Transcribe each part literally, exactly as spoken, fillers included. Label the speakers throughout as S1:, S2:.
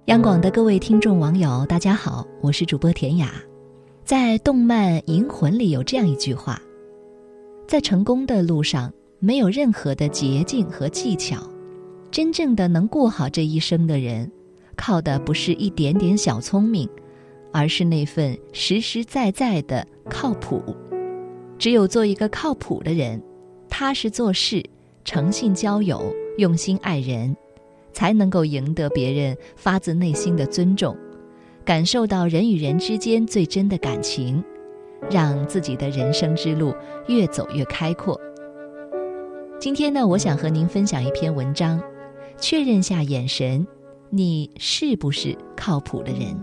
S1: 央广的各位听众网友大家好，我是主播田雅。在动漫《银魂》里有这样一句话，在成功的路上没有任何的捷径和技巧，真正的能过好这一生的人，靠的不是一点点小聪明，而是那份实实在在的靠谱。只有做一个靠谱的人，踏实做事，诚信交友，用心爱人，才能够赢得别人发自内心的尊重，感受到人与人之间最真的感情，让自己的人生之路越走越开阔。今天呢，我想和您分享一篇文章，确认下眼神，你是不是靠谱的人？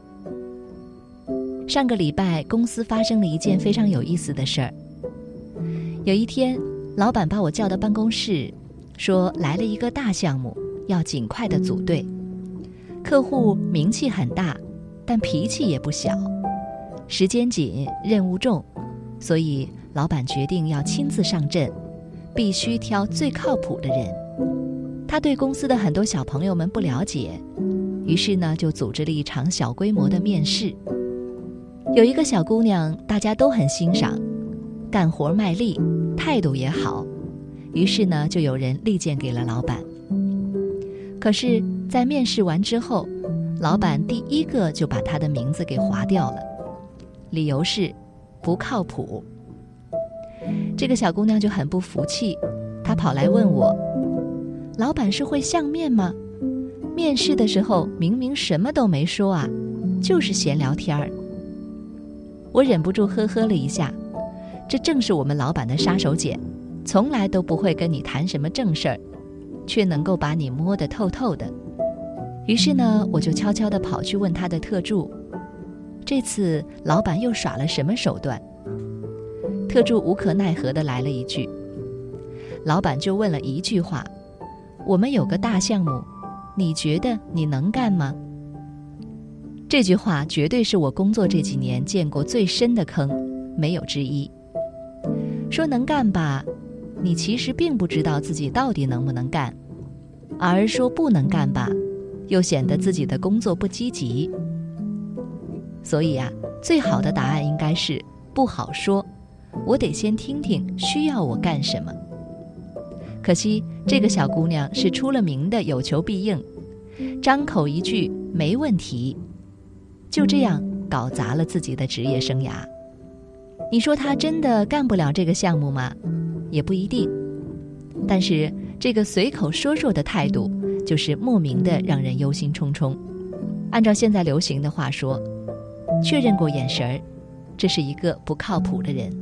S1: 上个礼拜，公司发生了一件非常有意思的事儿。有一天，老板把我叫到办公室，说来了一个大项目，要尽快的组队。客户名气很大，但脾气也不小，时间紧，任务重，所以老板决定要亲自上阵，必须挑最靠谱的人。他对公司的很多小朋友们不了解，于是呢，就组织了一场小规模的面试。有一个小姑娘，大家都很欣赏，干活卖力，态度也好，于是呢，就有人力荐给了老板。可是在面试完之后，老板第一个就把她的名字给划掉了，理由是不靠谱。这个小姑娘就很不服气，她跑来问我，老板是会相面吗？面试的时候明明什么都没说啊，就是闲聊天儿。我忍不住呵呵了一下，这正是我们老板的杀手锏，从来都不会跟你谈什么正事儿，却能够把你摸得透透的。于是呢，我就悄悄地跑去问他的特助，这次老板又耍了什么手段？特助无可奈何地来了一句，老板就问了一句话，我们有个大项目，你觉得你能干吗？这句话绝对是我工作这几年见过最深的坑，没有之一。说能干吧，你其实并不知道自己到底能不能干，而说不能干吧，又显得自己的工作不积极。所以啊，最好的答案应该是不好说，我得先听听需要我干什么。可惜这个小姑娘是出了名的有求必应，张口一句没问题，就这样搞砸了自己的职业生涯。你说她真的干不了这个项目吗？也不一定。但是这个随口说说的态度，就是莫名的让人忧心忡忡。按照现在流行的话说，确认过眼神儿，这是一个不靠谱的人。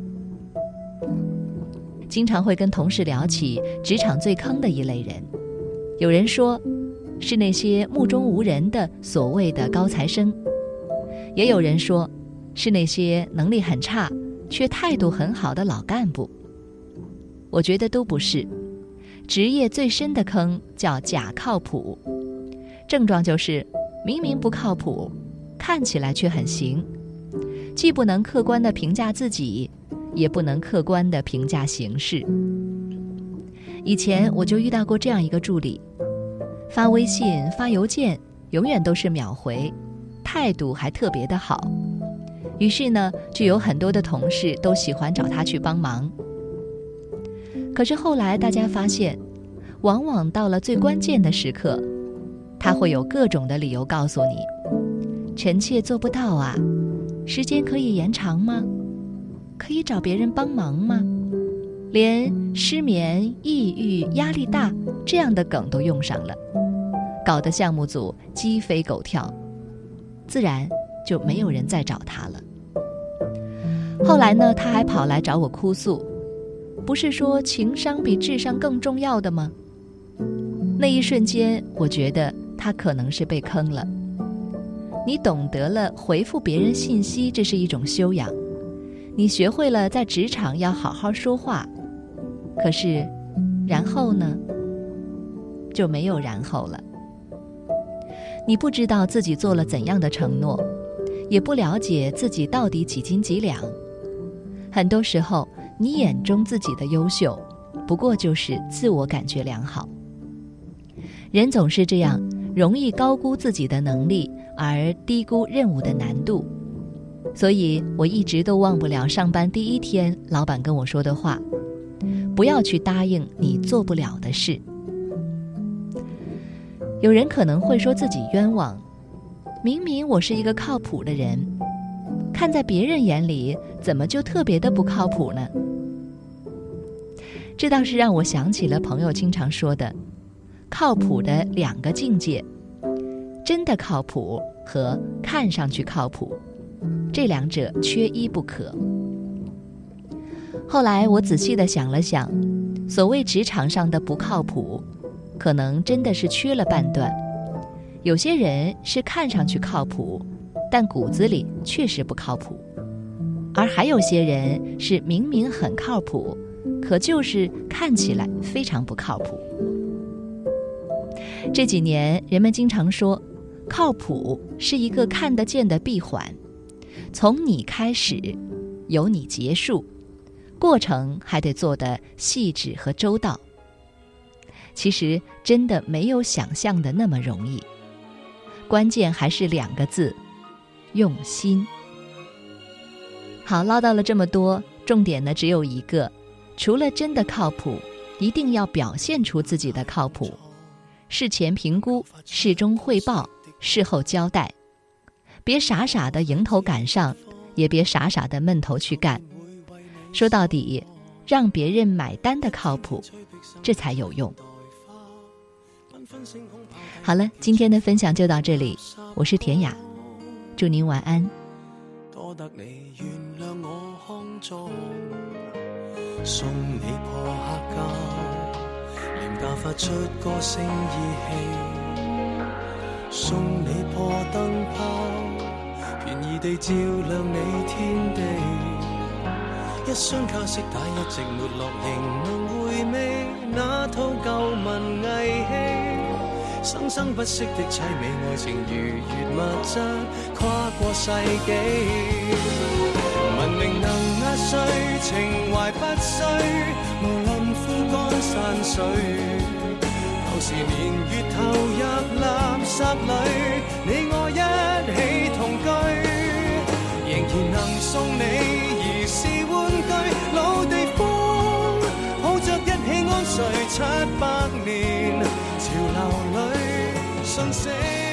S1: 经常会跟同事聊起职场最坑的一类人，有人说是那些目中无人的所谓的高材生，也有人说是那些能力很差却态度很好的老干部。我觉得都不是，职业最深的坑叫假靠谱，症状就是明明不靠谱，看起来却很行，既不能客观地评价自己，也不能客观地评价形势。以前我就遇到过这样一个助理，发微信发邮件永远都是秒回，态度还特别的好，于是呢，就有很多的同事都喜欢找他去帮忙。可是后来大家发现，往往到了最关键的时刻，他会有各种的理由告诉你，臣妾做不到啊，时间可以延长吗？可以找别人帮忙吗？连失眠、抑郁、压力大这样的梗都用上了，搞得项目组鸡飞狗跳，自然就没有人再找他了。后来呢，他还跑来找我哭诉，不是说情商比智商更重要的吗？那一瞬间，我觉得他可能是被坑了。你懂得了回复别人信息，这是一种修养，你学会了在职场要好好说话，可是然后呢，就没有然后了。你不知道自己做了怎样的承诺，也不了解自己到底几斤几两。很多时候，你眼中自己的优秀，不过就是自我感觉良好。人总是这样， 容易高估自己的能力，而低估任务的难度。所以我一直都忘不了上班第一天老板跟我说的话：不要去答应你做不了的事。有人可能会说自己冤枉，明明我是一个靠谱的人，看在别人眼里怎么就特别的不靠谱呢？这倒是让我想起了朋友经常说的靠谱的两个境界，真的靠谱和看上去靠谱，这两者缺一不可。后来我仔细地想了想，所谓职场上的不靠谱，可能真的是缺了半段。有些人是看上去靠谱，但骨子里确实不靠谱，而还有些人是明明很靠谱，可就是看起来非常不靠谱。这几年人们经常说，靠谱是一个看得见的闭环，从你开始，由你结束，过程还得做得细致和周到。其实真的没有想象的那么容易，关键还是两个字：用心。好，唠叨了这么多，重点呢只有一个，除了真的靠谱，一定要表现出自己的靠谱。事前评估，事中汇报，事后交代，别傻傻的迎头赶上，也别傻傻的闷头去干。说到底，让别人买单的靠谱，这才有用。好了，今天的分享就到这里，我是田雅，祝您晚安。
S2: 多得你原谅我康莊，送你破黑膠，廉價發出歌聲意氣，送你破燈泡，便宜地照亮你天地。一雙卡式帶一直沒落，仍能回味那套舊文藝戲。生生不息的凄美愛情如月物質跨過世紀，文明能壓碎，情懷不衰，無論枯乾山水，舊時年月投入垃圾裏，你我一起同居，仍然能送你兒時玩具，老地方抱着一起安睡七百年，潮流裏訊息。